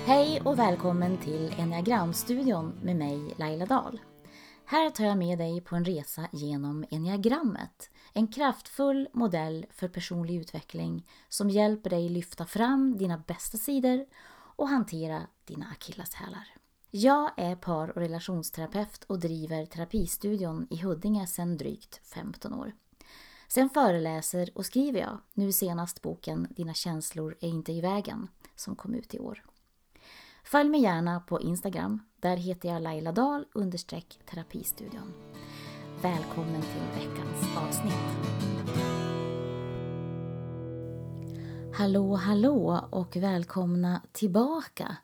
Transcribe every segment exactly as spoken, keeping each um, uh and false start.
Hej och välkommen till Enneagramstudion med mig Laila Dahl. Här tar jag med dig på en resa genom enneagrammet. En kraftfull modell för personlig utveckling som hjälper dig lyfta fram dina bästa sidor och hantera dina akilleshälar. Jag är par- och relationsterapeut och driver terapistudion i Huddinge sedan drygt femton år. Sen föreläser och skriver jag, nu senast boken Dina känslor är inte i vägen, som kom ut i år. Följ mig gärna på Instagram, där heter jag Laila Dahl understreck terapistudion. Välkommen till veckans avsnitt. Hallå, hallå och välkomna tillbaka.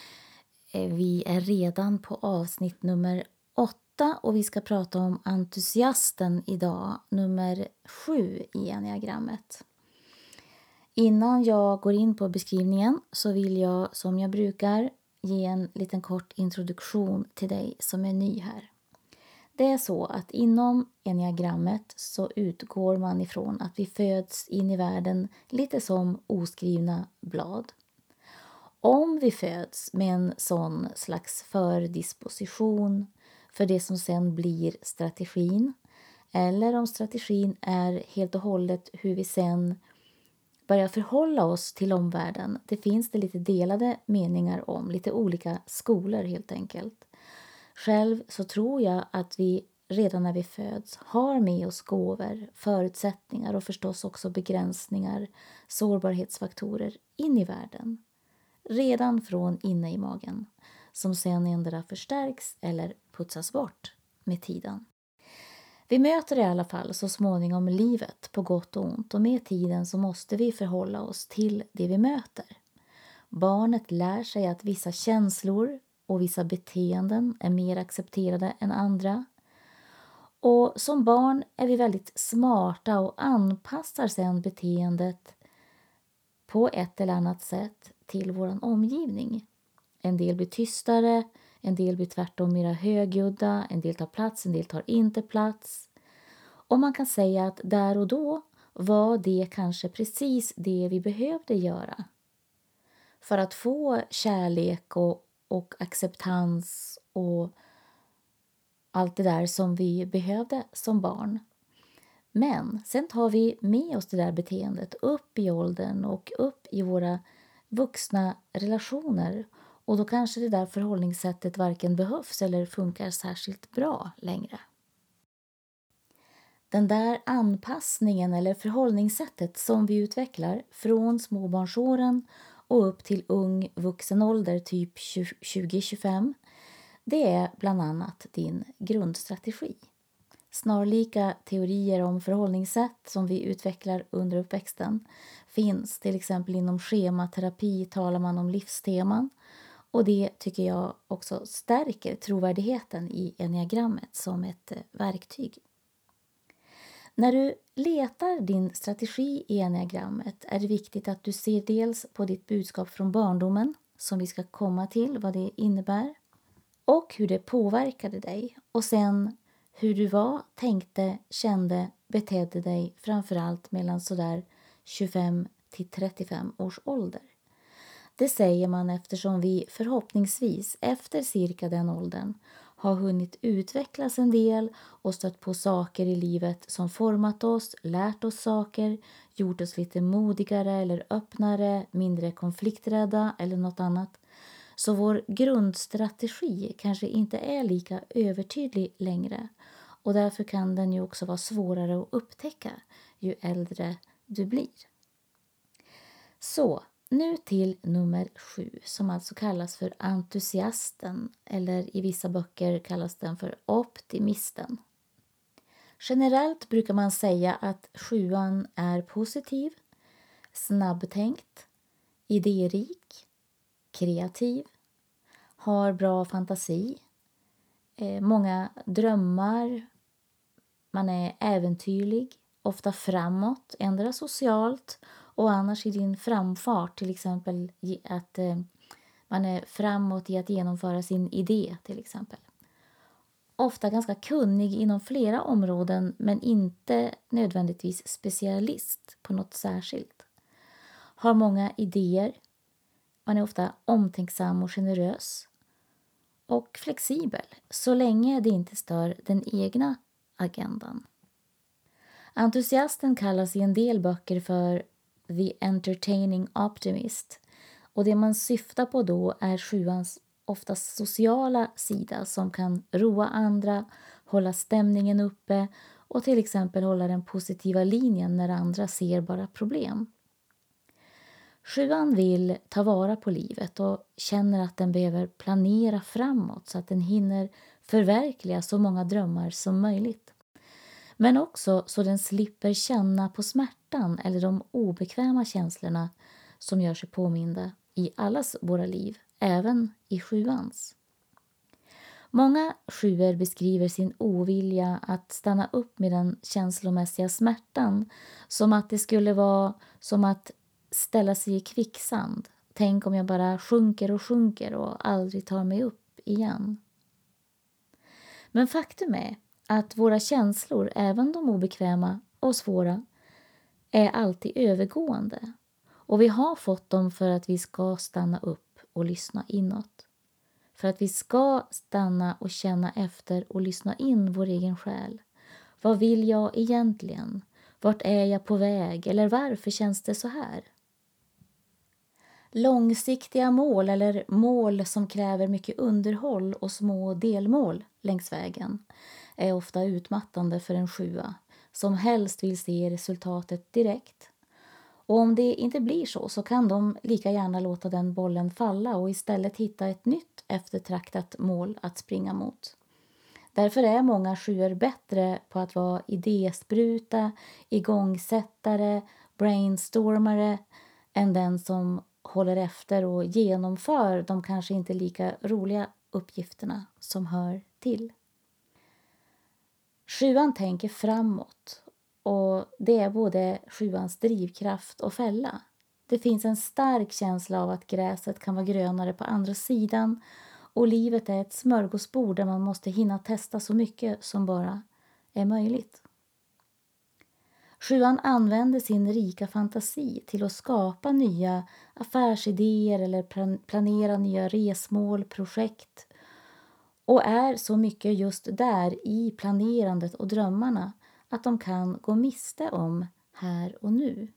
Vi är redan på avsnitt nummer åtta och vi ska prata om entusiasten idag, nummer sju i enneagrammet. Innan jag går in på beskrivningen så vill jag, som jag brukar, ge en liten kort introduktion till dig som är ny här. Det är så att inom enneagrammet så utgår man ifrån att vi föds in i världen lite som oskrivna blad. Om vi föds med en sån slags fördisposition för det som sen blir strategin, eller om strategin är helt och hållet hur vi sen börja förhålla oss till omvärlden. Det finns det lite delade meningar om, lite olika skolor helt enkelt. Själv så tror jag att vi redan när vi föds har med oss gåvor, förutsättningar och förstås också begränsningar, sårbarhetsfaktorer in i världen. Redan från inne i magen, som sen ändra förstärks eller putsas bort med tiden. Vi möter i alla fall så småningom livet på gott och ont och med tiden så måste vi förhålla oss till det vi möter. Barnet lär sig att vissa känslor och vissa beteenden är mer accepterade än andra. Och som barn är vi väldigt smarta och anpassar sedan beteendet på ett eller annat sätt till vår omgivning. En del blir tystare, en del blir tvärtom mer högljudda, en del tar plats, en del tar inte plats. Och man kan säga att där och då var det kanske precis det vi behövde göra. För att få kärlek och, och acceptans och allt det där som vi behövde som barn. Men sen tar vi med oss det där beteendet upp i åldern och upp i våra vuxna relationer. Och då kanske det där förhållningssättet varken behövs eller funkar särskilt bra längre. Den där anpassningen eller förhållningssättet som vi utvecklar från småbarnsåren och upp till ung vuxen ålder, typ tjugo till tjugofem, det är bland annat din grundstrategi. Snarlika teorier om förhållningssätt som vi utvecklar under uppväxten finns. Till exempel inom schematerapi talar man om livsteman. Och det tycker jag också stärker trovärdigheten i enneagrammet som ett verktyg. När du letar din strategi i enneagrammet är det viktigt att du ser dels på ditt budskap från barndomen, som vi ska komma till, vad det innebär, och hur det påverkade dig. Och sen hur du var, tänkte, kände, betedde dig framförallt mellan sådär tjugofem till trettiofem års ålder. Det säger man eftersom vi förhoppningsvis efter cirka den åldern har hunnit utvecklas en del och stött på saker i livet som format oss, lärt oss saker, gjort oss lite modigare eller öppnare, mindre konflikträdda eller något annat. Så vår grundstrategi kanske inte är lika övertydlig längre och därför kan den ju också vara svårare att upptäcka ju äldre du blir. Så, nu till nummer sju som alltså kallas för entusiasten eller i vissa böcker kallas den för optimisten. Generellt brukar man säga att sjuan är positiv, snabbtänkt, idérik, kreativ, har bra fantasi, eh, många drömmar, man är äventyrlig, ofta framåt, ändra socialt och annars i din framfart, till exempel att eh, man är framåt i att genomföra sin idé till exempel. Ofta ganska kunnig inom flera områden men inte nödvändigtvis specialist på något särskilt. Har många idéer, Man är ofta omtänksam och generös. Och flexibel, så länge det inte stör den egna agendan. Entusiasten kallas i en del böcker för the entertaining optimist. Och det man syftar på då är sjuans oftast sociala sida som kan roa andra, hålla stämningen uppe och till exempel hålla den positiva linjen när andra ser bara problem. Sjuan vill ta vara på livet och känner att den behöver planera framåt så att den hinner förverkliga så många drömmar som möjligt. Men också så den slipper känna på smärtan eller de obekväma känslorna som gör sig påminda i allas våra liv, även i sjuans. Många sjuor beskriver sin ovilja att stanna upp med den känslomässiga smärtan som att det skulle vara som att ställa sig i kvicksand. Tänk om jag bara sjunker och sjunker och aldrig tar mig upp igen. Men faktum är att våra känslor, även de obekväma och svåra, är alltid övergående. Och vi har fått dem för att vi ska stanna upp och lyssna inåt. För att vi ska stanna och känna efter och lyssna in vår egen själ. Vad vill jag egentligen? Vart är jag på väg? Eller varför känns det så här? Långsiktiga mål eller mål som kräver mycket underhåll och små delmål längs vägen är ofta utmattande för en sjua som helst vill se resultatet direkt. Och om det inte blir så så kan de lika gärna låta den bollen falla och istället hitta ett nytt eftertraktat mål att springa mot. Därför är många sjuor bättre på att vara idéspruta, igångsättare, brainstormare än den som håller efter och genomför de kanske inte lika roliga uppgifterna som hör till. Sjuan tänker framåt och det är både sjuans drivkraft och fälla. Det finns en stark känsla av att gräset kan vara grönare på andra sidan och livet är ett smörgåsbord där man måste hinna testa så mycket som bara är möjligt. Sjuan använder sin rika fantasi till att skapa nya affärsidéer eller planera nya resmål, projekt och är så mycket just där i planerandet och drömmarna att de kan gå miste om här och nu.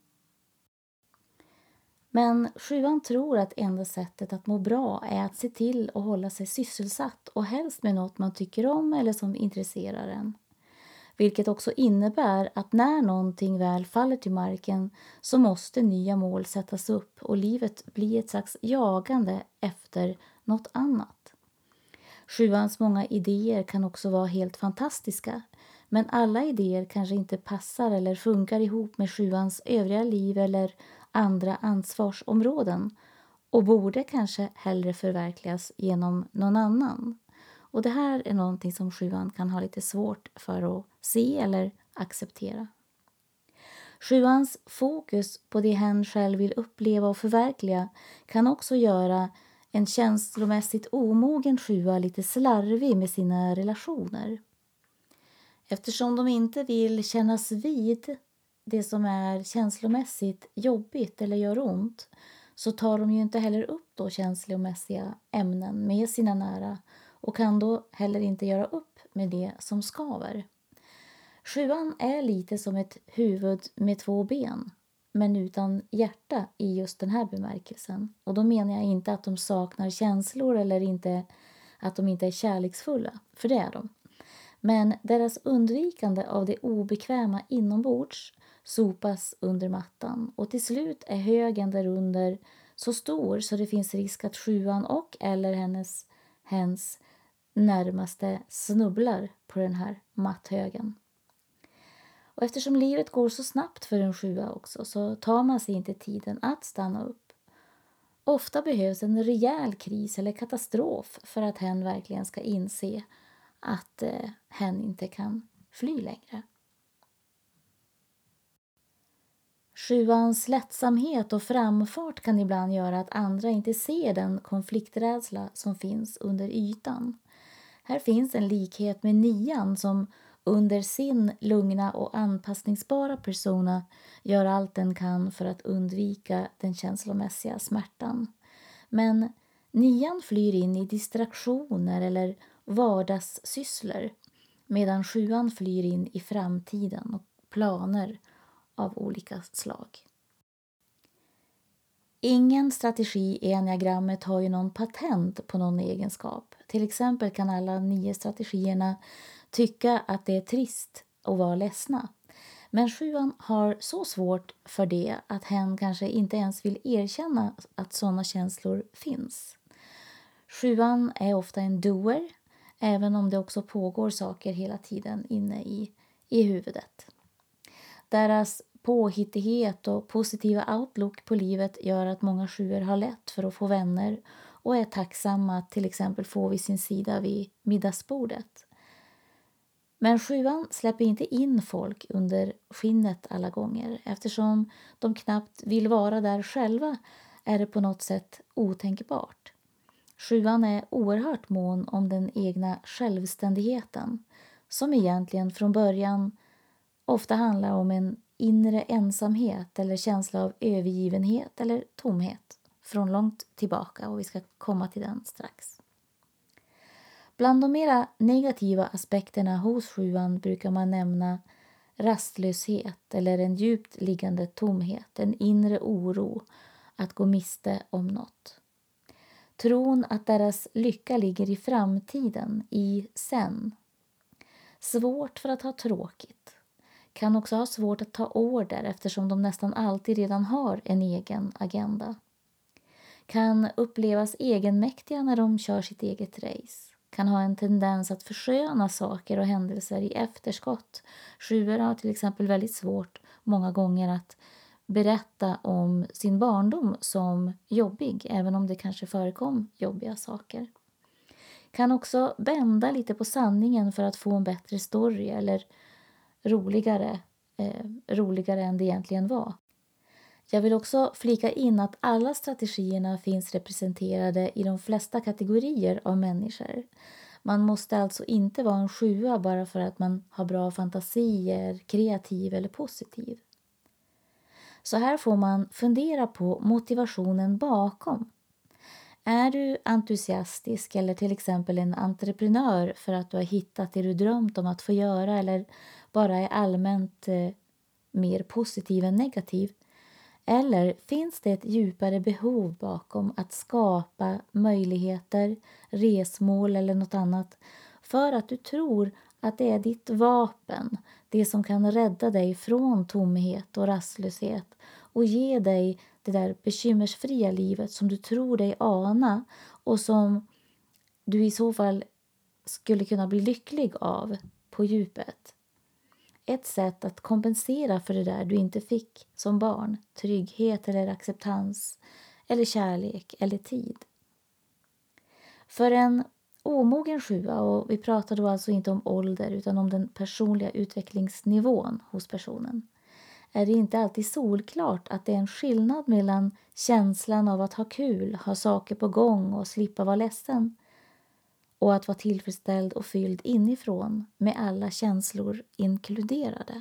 Men sjuan tror att enda sättet att må bra är att se till att hålla sig sysselsatt och helst med något man tycker om eller som intresserar en. Vilket också innebär att när någonting väl faller till marken så måste nya mål sättas upp och livet blir ett slags jagande efter något annat. Sjuans många idéer kan också vara helt fantastiska, men alla idéer kanske inte passar eller funkar ihop med sjuans övriga liv eller andra ansvarsområden och borde kanske hellre förverkligas genom någon annan. Och det här är någonting som sjuan kan ha lite svårt för att se eller acceptera. Sjuans fokus på det hen själv vill uppleva och förverkliga kan också göra en känslomässigt omogen sjua lite slarvig med sina relationer. Eftersom de inte vill kännas vid det som är känslomässigt jobbigt eller gör ont så tar de ju inte heller upp då känslomässiga ämnen med sina nära och kan då heller inte göra upp med det som skaver. Sjuan är lite som ett huvud med två ben, men utan hjärta i just den här bemärkelsen. Och då menar jag inte att de saknar känslor eller inte att de inte är kärleksfulla, för det är de. Men deras undvikande av det obekväma inombords sopas under mattan och till slut är högen därunder så stor så det finns risk att sjuan och eller hennes, hens närmaste snubblar på den här matthögen. Och eftersom livet går så snabbt för en sjua också så tar man sig inte tiden att stanna upp. Ofta behövs en rejäl kris eller katastrof för att hen verkligen ska inse att eh, hen inte kan fly längre. Sjuans lättsamhet och framfart kan ibland göra att andra inte ser den konflikträdsla som finns under ytan. Här finns en likhet med nian som under sin lugna och anpassningsbara persona gör allt den kan för att undvika den känslomässiga smärtan. Men nian flyr in i distraktioner eller vardagssysslor medan sjuan flyr in i framtiden och planer av olika slag. Ingen strategi i enneagrammet har ju någon patent på någon egenskap. Till exempel kan alla nio strategierna tycka att det är trist att vara ledsna. Men sjuan har så svårt för det att hen kanske inte ens vill erkänna att sådana känslor finns. Sjuan är ofta en doer, även om det också pågår saker hela tiden inne i, i huvudet. Deras påhittighet och positiva outlook på livet gör att många sjuor har lätt för att få vänner och är tacksamma att till exempel få vid sin sida vid middagsbordet. Men sjuan släpper inte in folk under skinnet alla gånger. Eftersom de knappt vill vara där själva är det på något sätt otänkbart. Sjuan är oerhört mån om den egna självständigheten, som egentligen från början ofta handlar om en inre ensamhet eller känsla av övergivenhet eller tomhet från långt tillbaka, och vi ska komma till den strax. Bland de mera negativa aspekterna hos sjuan brukar man nämna rastlöshet eller en djupt liggande tomhet, en inre oro att gå miste om något. Tron att deras lycka ligger i framtiden, i sen. Svårt för att ha tråkigt. Kan också ha svårt att ta order eftersom de nästan alltid redan har en egen agenda. Kan upplevas egenmäktiga när de kör sitt eget race. Kan ha en tendens att försköna saker och händelser i efterskott. Sjuor har till exempel väldigt svårt många gånger att berätta om sin barndom som jobbig, även om det kanske förekom jobbiga saker. Kan också bända lite på sanningen för att få en bättre story eller roligare, eh, roligare än det egentligen var. Jag vill också flika in att alla strategierna finns representerade i de flesta kategorier av människor. Man måste alltså inte vara en sjua bara för att man har bra fantasier, kreativ eller positiv. Så här får man fundera på motivationen bakom. Är du entusiastisk eller till exempel en entreprenör för att du har hittat det du drömt om att få göra, eller bara är allmänt eh, mer positiv än negativ? Eller finns det ett djupare behov bakom att skapa möjligheter, resmål eller något annat för att du tror att det är ditt vapen, det som kan rädda dig från tomhet och rastlöshet och ge dig det där bekymmersfria livet som du tror dig ana och som du i så fall skulle kunna bli lycklig av på djupet. Ett sätt att kompensera för det där du inte fick som barn, trygghet eller acceptans eller kärlek eller tid. För en omogen sjua, och vi pratar då alltså inte om ålder utan om den personliga utvecklingsnivån hos personen, är det inte alltid solklart att det är en skillnad mellan känslan av att ha kul, ha saker på gång och slippa vara ledsen och att vara tillfredsställd och fylld inifrån med alla känslor inkluderade.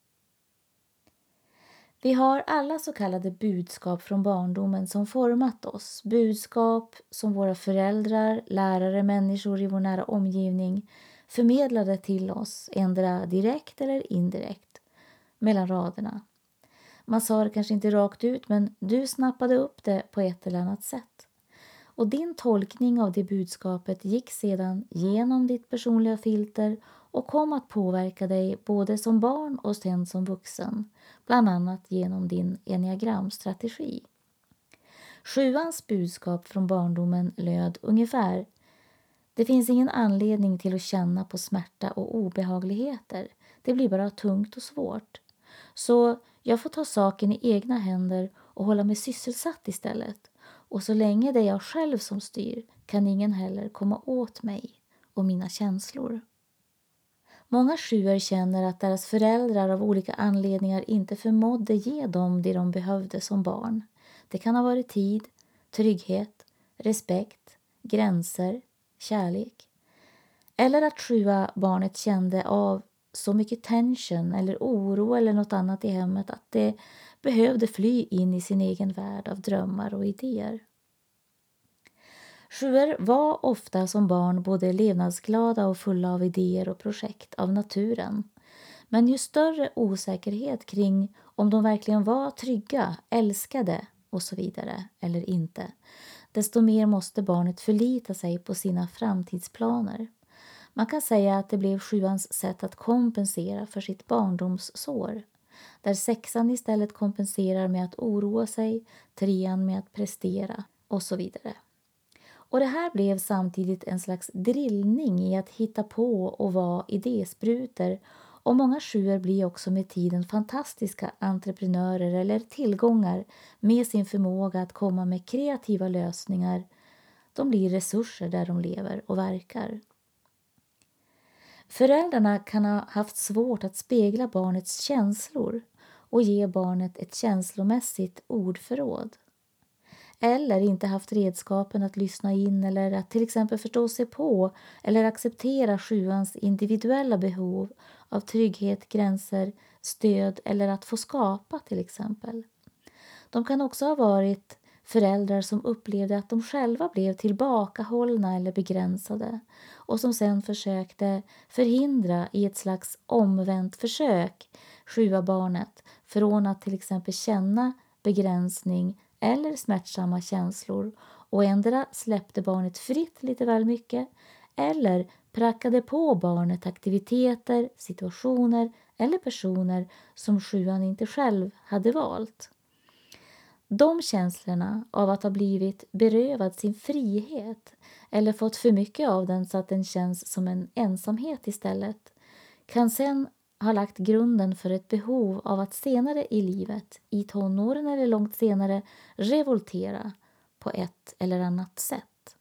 Vi har alla så kallade budskap från barndomen som format oss. Budskap som våra föräldrar, lärare, människor i vår nära omgivning förmedlade till oss, ändra direkt eller indirekt, mellan raderna. Man sa det kanske inte rakt ut, men du snappade upp det på ett eller annat sätt. Och din tolkning av det budskapet gick sedan genom ditt personliga filter och kom att påverka dig både som barn och sen som vuxen, bland annat genom din enneagramstrategi. Sjuans budskap från barndomen löd ungefär: det finns ingen anledning till att känna på smärta och obehagligheter. Det blir bara tungt och svårt. Så jag får ta saken i egna händer och hålla mig sysselsatt istället. Och så länge det är jag själv som styr kan ingen heller komma åt mig och mina känslor. Många sjuor känner att deras föräldrar av olika anledningar inte förmådde ge dem det de behövde som barn. Det kan ha varit tid, trygghet, respekt, gränser, kärlek. Eller att sjua barnet kände av så mycket tension eller oro eller något annat i hemmet att det behövde fly in i sin egen värld av drömmar och idéer. Sjuor var ofta som barn både levnadsglada och fulla av idéer och projekt av naturen. Men ju större osäkerhet kring om de verkligen var trygga, älskade och så vidare eller inte, desto mer måste barnet förlita sig på sina framtidsplaner. Man kan säga att det blev sjuans sätt att kompensera för sitt barndomssår. Där sexan istället kompenserar med att oroa sig, trean med att prestera och så vidare. Och det här blev samtidigt en slags drillning i att hitta på och vara idésprutor. Och många sjuor blir också med tiden fantastiska entreprenörer eller tillgångar med sin förmåga att komma med kreativa lösningar. De blir resurser där de lever och verkar. Föräldrarna kan ha haft svårt att spegla barnets känslor och ge barnet ett känslomässigt ordförråd. Eller inte haft redskapen att lyssna in eller att till exempel förstå sig på eller acceptera sjuans individuella behov av trygghet, gränser, stöd eller att få skapa till exempel. De kan också ha varit föräldrar som upplevde att de själva blev tillbakahållna eller begränsade och som sedan försökte förhindra i ett slags omvänt försök sjua barnet från att till exempel känna begränsning eller smärtsamma känslor och ändra släppte barnet fritt lite väl mycket eller prackade på barnet aktiviteter, situationer eller personer som sjuan inte själv hade valt. De känslorna av att ha blivit berövad sin frihet eller fått för mycket av den så att den känns som en ensamhet istället kan sen ha lagt grunden för ett behov av att senare i livet, i tonåren eller långt senare, revoltera på ett eller annat sätt.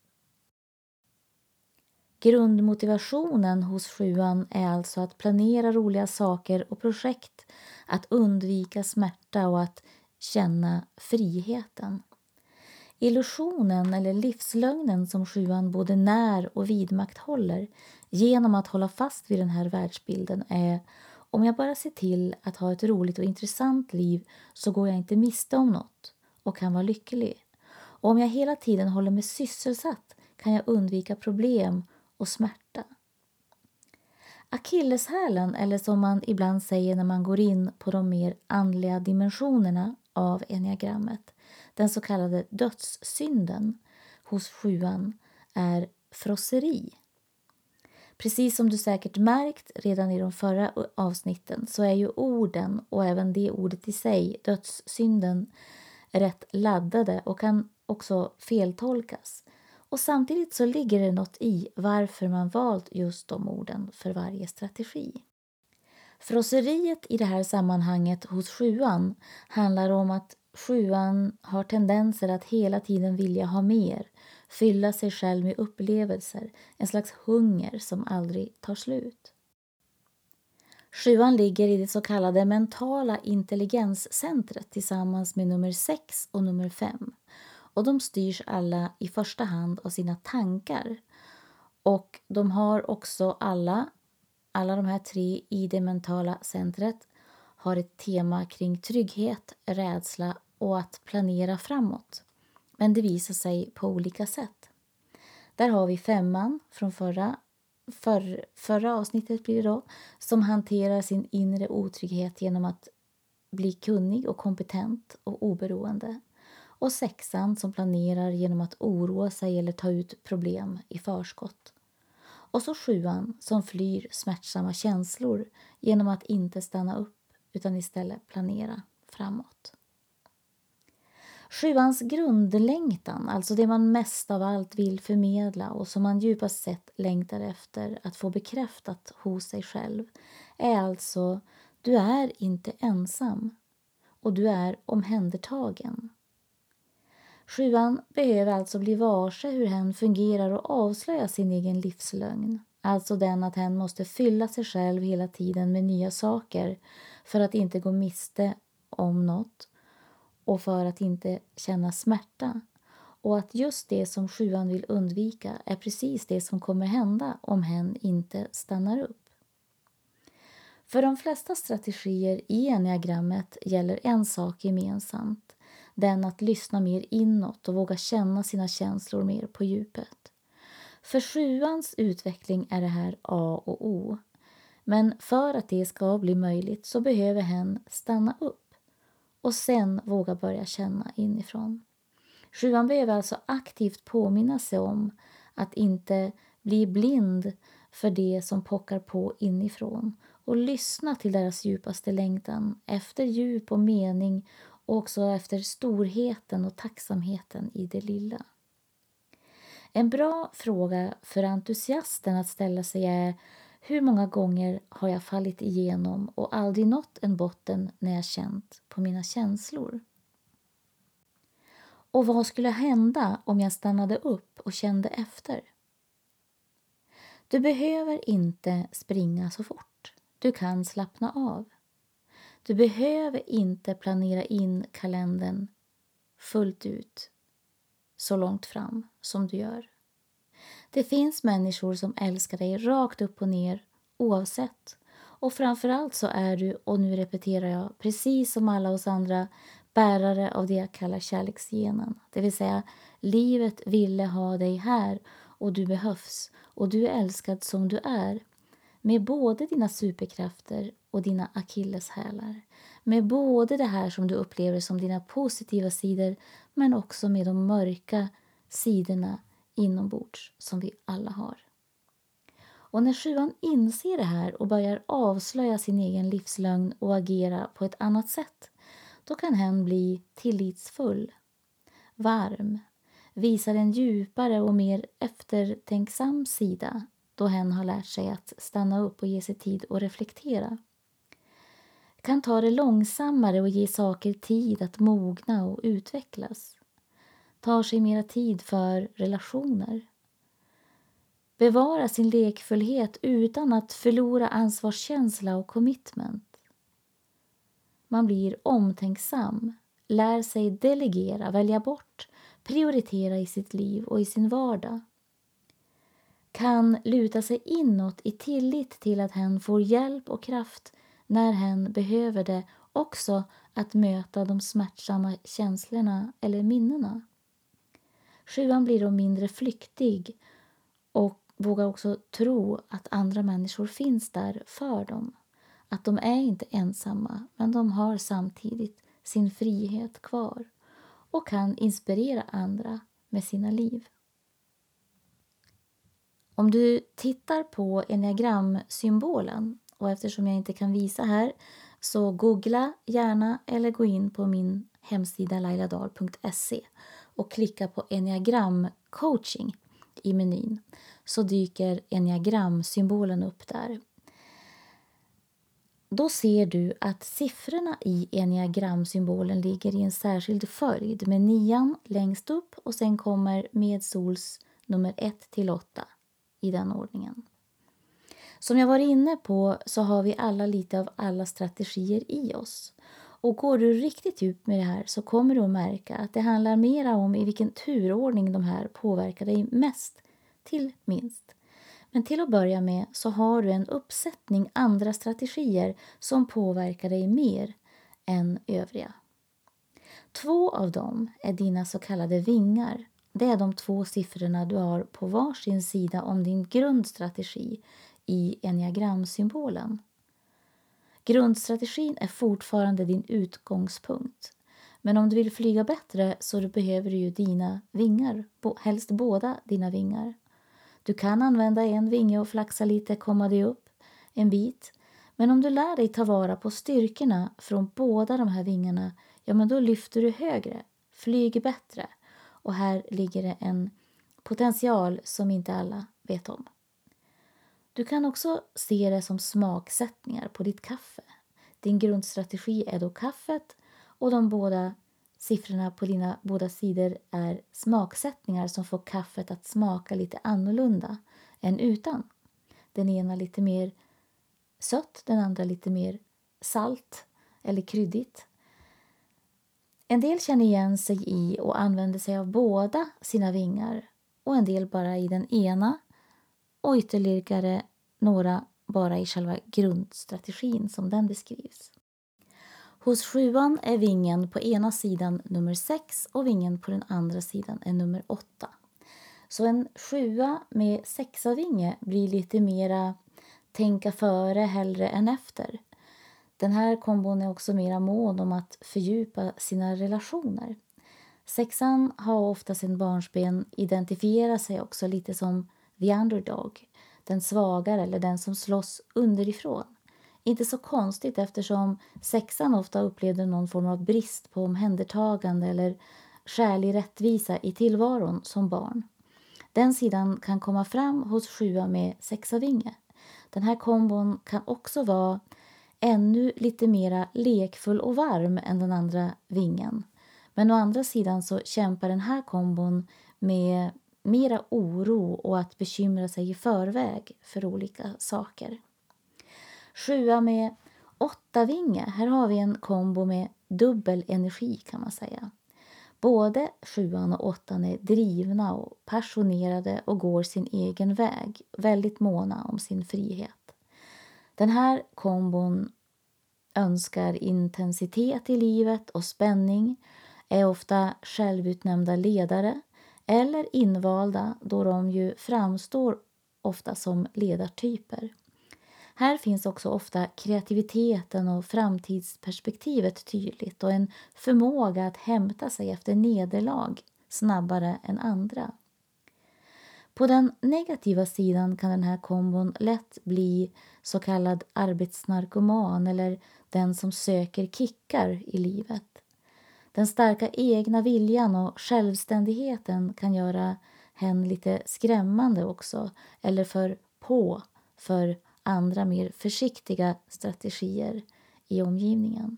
Grundmotivationen hos sjuan är alltså att planera roliga saker och projekt, att undvika smärta och att känna friheten. Illusionen eller livslögnen som sjuan både när och vidmakthåller genom att hålla fast vid den här världsbilden är: om jag bara ser till att ha ett roligt och intressant liv så går jag inte miste om något och kan vara lycklig. Och om jag hela tiden håller mig sysselsatt kan jag undvika problem och smärta. Akilleshälen, eller som man ibland säger när man går in på de mer andliga dimensionerna av enneagrammet, den så kallade dödssynden hos sjuan är frosseri. Precis som du säkert märkt redan i de förra avsnitten så är ju orden och även det ordet i sig, dödssynden, rätt laddade och kan också feltolkas. Och samtidigt så ligger det något i varför man valt just de orden för varje strategi. Frosseriet i det här sammanhanget hos sjuan handlar om att sjuan har tendenser att hela tiden vilja ha mer, fylla sig själv med upplevelser, en slags hunger som aldrig tar slut. Sjuan ligger i det så kallade mentala intelligenscentret tillsammans med nummer sex och nummer fem. Och de styrs alla i första hand av sina tankar. Och de har också alla, alla de här tre i det mentala centret har ett tema kring trygghet, rädsla och att planera framåt. Men det visar sig på olika sätt. Där har vi femman från förra, för, förra avsnittet blir det då, som hanterar sin inre otrygghet genom att bli kunnig och kompetent och oberoende. Och sexan som planerar genom att oroa sig eller ta ut problem i förskott. Och så sjuan som flyr smärtsamma känslor genom att inte stanna upp utan istället planera framåt. Sjuans grundlängtan, alltså det man mest av allt vill förmedla och som man djupast sett längtar efter att få bekräftat hos sig själv, är alltså: du är inte ensam och du är omhändertagen. Sjuan behöver alltså bli varse hur hen fungerar och avslöja sin egen livslögn. Alltså den att hen måste fylla sig själv hela tiden med nya saker för att inte gå miste om något och för att inte känna smärta. Och att just det som sjuan vill undvika är precis det som kommer hända om hen inte stannar upp. För de flesta strategier i enneagrammet gäller en sak gemensamt. den att lyssna mer inåt och våga känna sina känslor mer på djupet. För sjuans utveckling är det här A och O. Men för att det ska bli möjligt så behöver hen stanna upp och sen våga börja känna inifrån. Sjuan behöver alltså aktivt påminna sig om att inte bli blind för det som pockar på inifrån och lyssna till deras djupaste längtan efter djup och mening och också efter storheten och tacksamheten i det lilla. En bra fråga för entusiasten att ställa sig är: hur många gånger har jag fallit igenom och aldrig nått en botten när jag känt på mina känslor? Och vad skulle hända om jag stannade upp och kände efter? Du behöver inte springa så fort. Du kan slappna av. Du behöver inte planera in kalendern fullt ut så långt fram som du gör. Det finns människor som älskar dig rakt upp och ner oavsett. Och framförallt så är du, och nu repeterar jag, precis som alla oss andra, bärare av det jag kallar kärleksgenen. Det vill säga, livet ville ha dig här och du behövs och du är älskad som du är. Med både dina superkrafter och dina akilleshälar. Med både det här som du upplever som dina positiva sidor men också med de mörka sidorna inombords som vi alla har. Och när sjuan inser det här och börjar avslöja sin egen livslögn och agera på ett annat sätt, då kan hen bli tillitsfull, varm, visar en djupare och mer eftertänksam sida då hen har lärt sig att stanna upp och ge sig tid och reflektera. Kan ta det långsammare och ge saker tid att mogna och utvecklas. Tar sig mera tid för relationer. Bevara sin lekfullhet utan att förlora ansvarskänsla och commitment. Man blir omtänksam, lär sig delegera, välja bort, prioritera i sitt liv och i sin vardag. Kan luta sig inåt i tillit till att hen får hjälp och kraft när hen behöver det, också att möta de smärtsamma känslorna eller minnena. Sjuan blir då mindre flyktig och vågar också tro att andra människor finns där för dem. Att de är inte ensamma, men de har samtidigt sin frihet kvar och kan inspirera andra med sina liv. Om du tittar på enneagramsymbolen, och eftersom jag inte kan visa här, så googla gärna eller gå in på min hemsida lailadal punkt se och klicka på enneagramcoaching i menyn, så dyker enneagramsymbolen upp där. Då ser du att siffrorna i enneagramsymbolen ligger i en särskild följd med nian längst upp och sen kommer medsols nummer ett till åtta i den ordningen. Som jag var inne på så har vi alla lite av alla strategier i oss. Och går du riktigt djupt med det här så kommer du att märka att det handlar mer om i vilken turordning de här påverkar dig mest till minst. Men till att börja med så har du en uppsättning andra strategier som påverkar dig mer än övriga. Två av dem är dina så kallade vingar. Det är de två siffrorna du har på varsin sida om din grundstrategi i enneagramsymbolen. Grundstrategin är fortfarande din utgångspunkt. Men om du vill flyga bättre så behöver du ju dina vingar, helst båda dina vingar. Du kan använda en vinge och flaxa lite, komma dig upp en bit. Men om du lär dig ta vara på styrkorna från båda de här vingarna, ja men då lyfter du högre, flyger bättre. Och här ligger det en potential som inte alla vet om. Du kan också se det som smaksättningar på ditt kaffe. Din grundstrategi är då kaffet och de båda siffrorna på dina båda sidor är smaksättningar som får kaffet att smaka lite annorlunda än utan. Den ena lite mer sött, den andra lite mer salt eller kryddigt. En del känner igen sig i och använder sig av båda sina vingar och en del bara i den ena och ytterligare några bara i själva grundstrategin som den beskrivs. Hos sjuan är vingen på ena sidan nummer sex och vingen på den andra sidan är nummer åtta. Så en sjua med sexavinge blir lite mera tänka före hellre än efter. Den här kombon är också mera mån om att fördjupa sina relationer. Sexan har ofta sin barnsben identifierar sig också lite som the underdog, den svagare eller den som slåss underifrån. Inte så konstigt eftersom sexan ofta upplevde någon form av brist på omhändertagande eller skälig rättvisa i tillvaron som barn. Den sidan kan komma fram hos sjua med sexavinge. Den här kombon kan också vara ännu lite mera lekfull och varm än den andra vingen. Men å andra sidan så kämpar den här kombon med mera oro och att bekymra sig i förväg för olika saker. Sjua med åtta vinge. Här har vi en kombo med dubbel energi kan man säga. Både sjuan och åttan är drivna och passionerade och går sin egen väg. Väldigt måna om sin frihet. Den här kombon önskar intensitet i livet och spänning, är ofta självutnämnda ledare eller invalda då de ju framstår ofta som ledartyper. Här finns också ofta kreativiteten och framtidsperspektivet tydligt och en förmåga att hämta sig efter nederlag snabbare än andra. På den negativa sidan kan den här kombon lätt bli så kallad arbetsnarkoman eller den som söker kickar i livet. Den starka egna viljan och självständigheten kan göra hen lite skrämmande också eller för på för andra mer försiktiga strategier i omgivningen.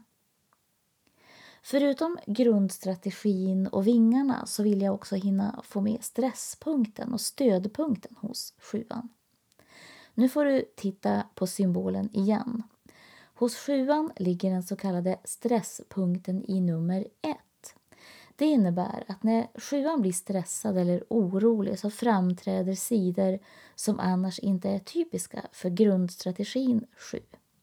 Förutom grundstrategin och vingarna så vill jag också hinna få med stresspunkten och stödpunkten hos sjuan. Nu får du titta på symbolen igen. Hos sjuan ligger den så kallade stresspunkten i nummer ett. Det innebär att när sjuan blir stressad eller orolig så framträder sidor som annars inte är typiska för grundstrategin sju.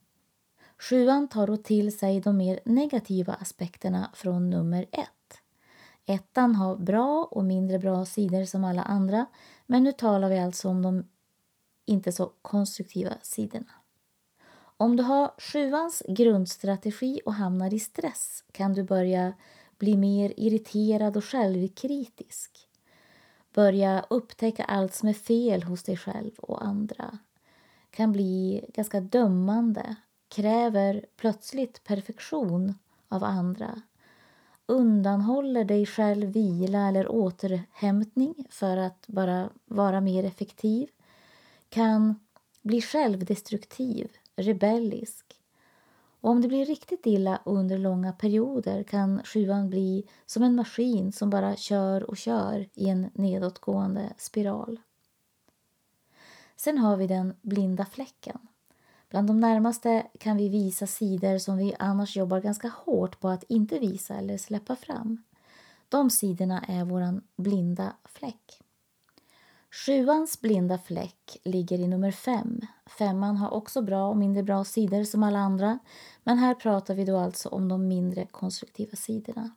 Sjuan tar då till sig de mer negativa aspekterna från nummer ett. Ettan har bra och mindre bra sidor som alla andra, men nu talar vi alltså om de inte så konstruktiva sidorna. Om du har sjuans grundstrategi och hamnar i stress kan du börja bli mer irriterad och självkritisk. Börja upptäcka allt som är fel hos dig själv och andra. Kan bli ganska dömande. Kräver plötsligt perfektion av andra. Undanhåller dig själv vila eller återhämtning för att bara vara mer effektiv. Kan bli självdestruktiv, rebellisk. Och om det blir riktigt illa under långa perioder kan sjuan bli som en maskin som bara kör och kör i en nedåtgående spiral. Sen har vi den blinda fläcken. Bland de närmaste kan vi visa sidor som vi annars jobbar ganska hårt på att inte visa eller släppa fram. De sidorna är våran blinda fläck. Sjuans blinda fläck ligger i nummer fem. Femman har också bra och mindre bra sidor som alla andra. Men här pratar vi då alltså om de mindre konstruktiva sidorna.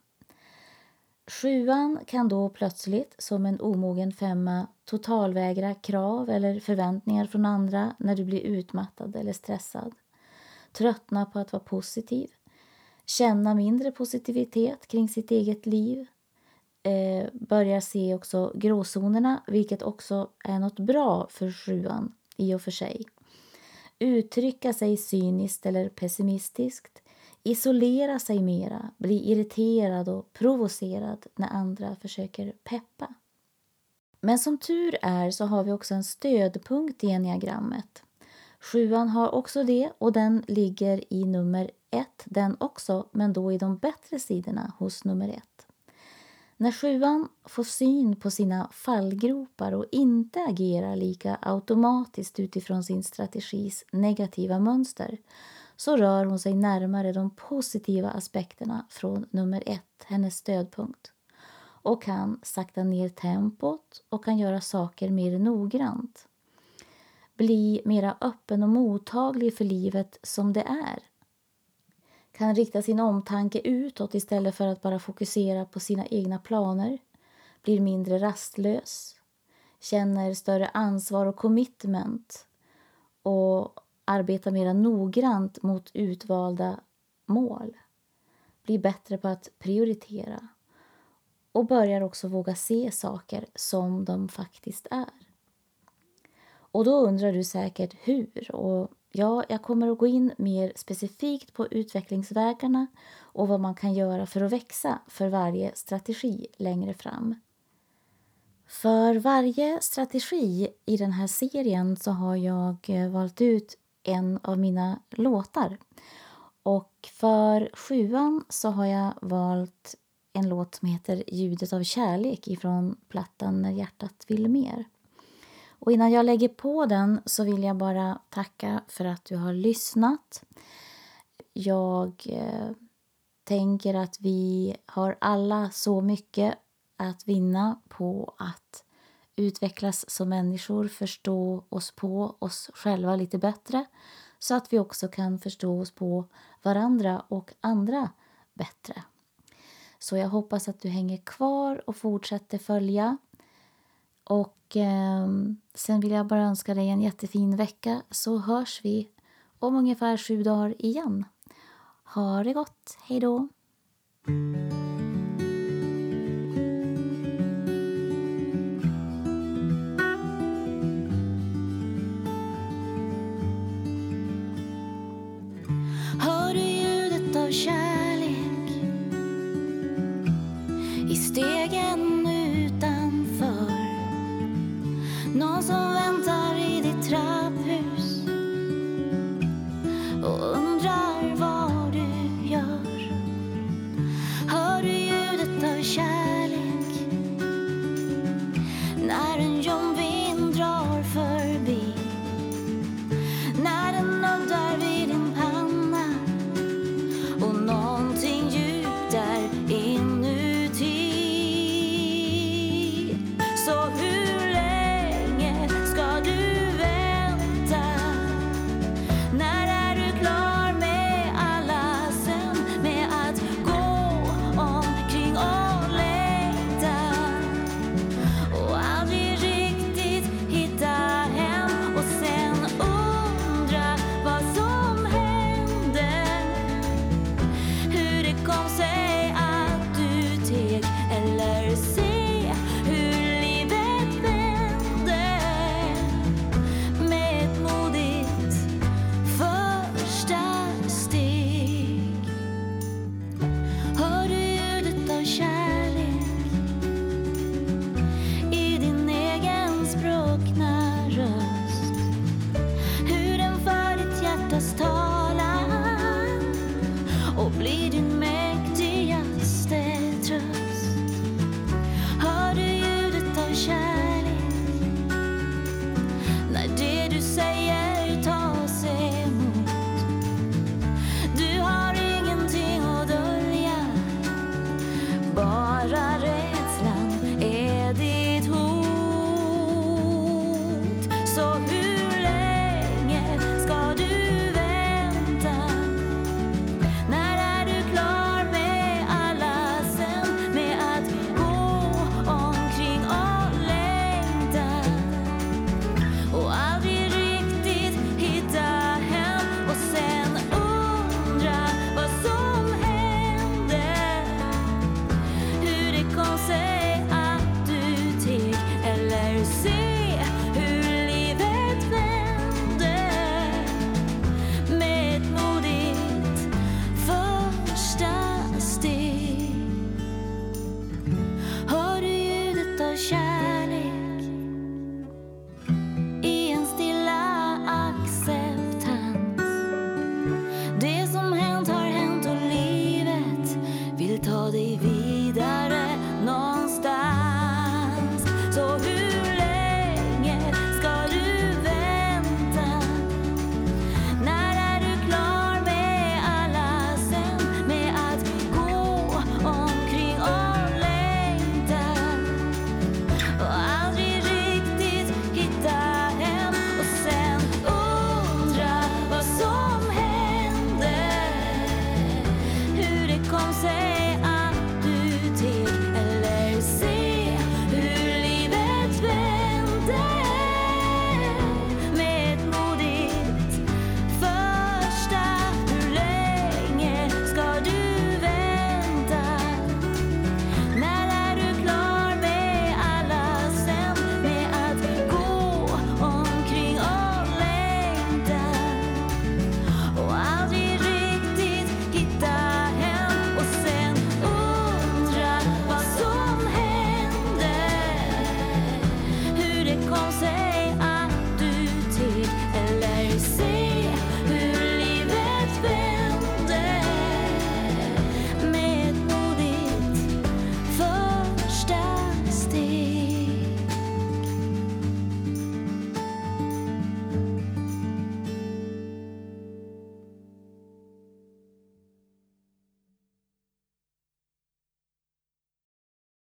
Sjuan kan då plötsligt som en omogen femma totalvägra krav eller förväntningar från andra när du blir utmattad eller stressad. Tröttna på att vara positiv. Känna mindre positivitet kring sitt eget liv. Eh, börjar se också gråzonerna, vilket också är något bra för sjuan i och för sig. Uttrycka sig cyniskt eller pessimistiskt. Isolera sig mera, bli irriterad och provocerad när andra försöker peppa. Men som tur är så har vi också en stödpunkt i enneagrammet. Sjuan har också det och den ligger i nummer ett, den också, men då i de bättre sidorna hos nummer ett. När sjuan får syn på sina fallgropar och inte agerar lika automatiskt utifrån sin strategis negativa mönster så rör hon sig närmare de positiva aspekterna från nummer ett, hennes stödpunkt. Och kan sakta ner tempot och kan göra saker mer noggrant. Bli mera öppen och mottaglig för livet som det är. kan rikta sin omtanke utåt istället för att bara fokusera på sina egna planer, blir mindre rastlös, känner större ansvar och commitment och arbetar mer noggrant mot utvalda mål, blir bättre på att prioritera och börjar också våga se saker som de faktiskt är. Och då undrar du säkert hur, och ja, jag kommer att gå in mer specifikt på utvecklingsvägarna och vad man kan göra för att växa för varje strategi längre fram. För varje strategi i den här serien så har jag valt ut en av mina låtar. Och för sjuan så har jag valt en låt som heter Ljudet av kärlek ifrån plattan När hjärtat vill mer. Och innan jag lägger på den så vill jag bara tacka för att du har lyssnat. Jag eh, tänker att vi har alla så mycket att vinna på att utvecklas som människor, förstå oss på oss själva lite bättre, så att vi också kan förstå oss på varandra och andra bättre. Så jag hoppas att du hänger kvar och fortsätter följa. Och eh, sen vill jag bara önska dig en jättefin vecka, så hörs vi om ungefär sju dagar igen. Ha det gott, hej då! Hör du ljudet av kärlek i stegen utanför? Någon som väntar i ditt trapphus och undrar vad du gör. Hör du ljudet av kärlek när en ljum vind drar förbi, när den nuddar vid din panna och någonting djupt där inuti. Så hur länge ska du vänta? När är du klar med alla sen, med att gå omkring och längta och aldrig riktigt hitta hem, och sen undra vad som hände, hur det kom sig att du teg, eller se hur livet vände med ett modigt första steg. Hör du ljudet av kärlek i din egen språkna röst, hur den för ditt hjärtas talan och blir din mäktigaste tröst. Hör du ljudet av kärlek när det du säger tas emot? Du har ingenting att dölja, bara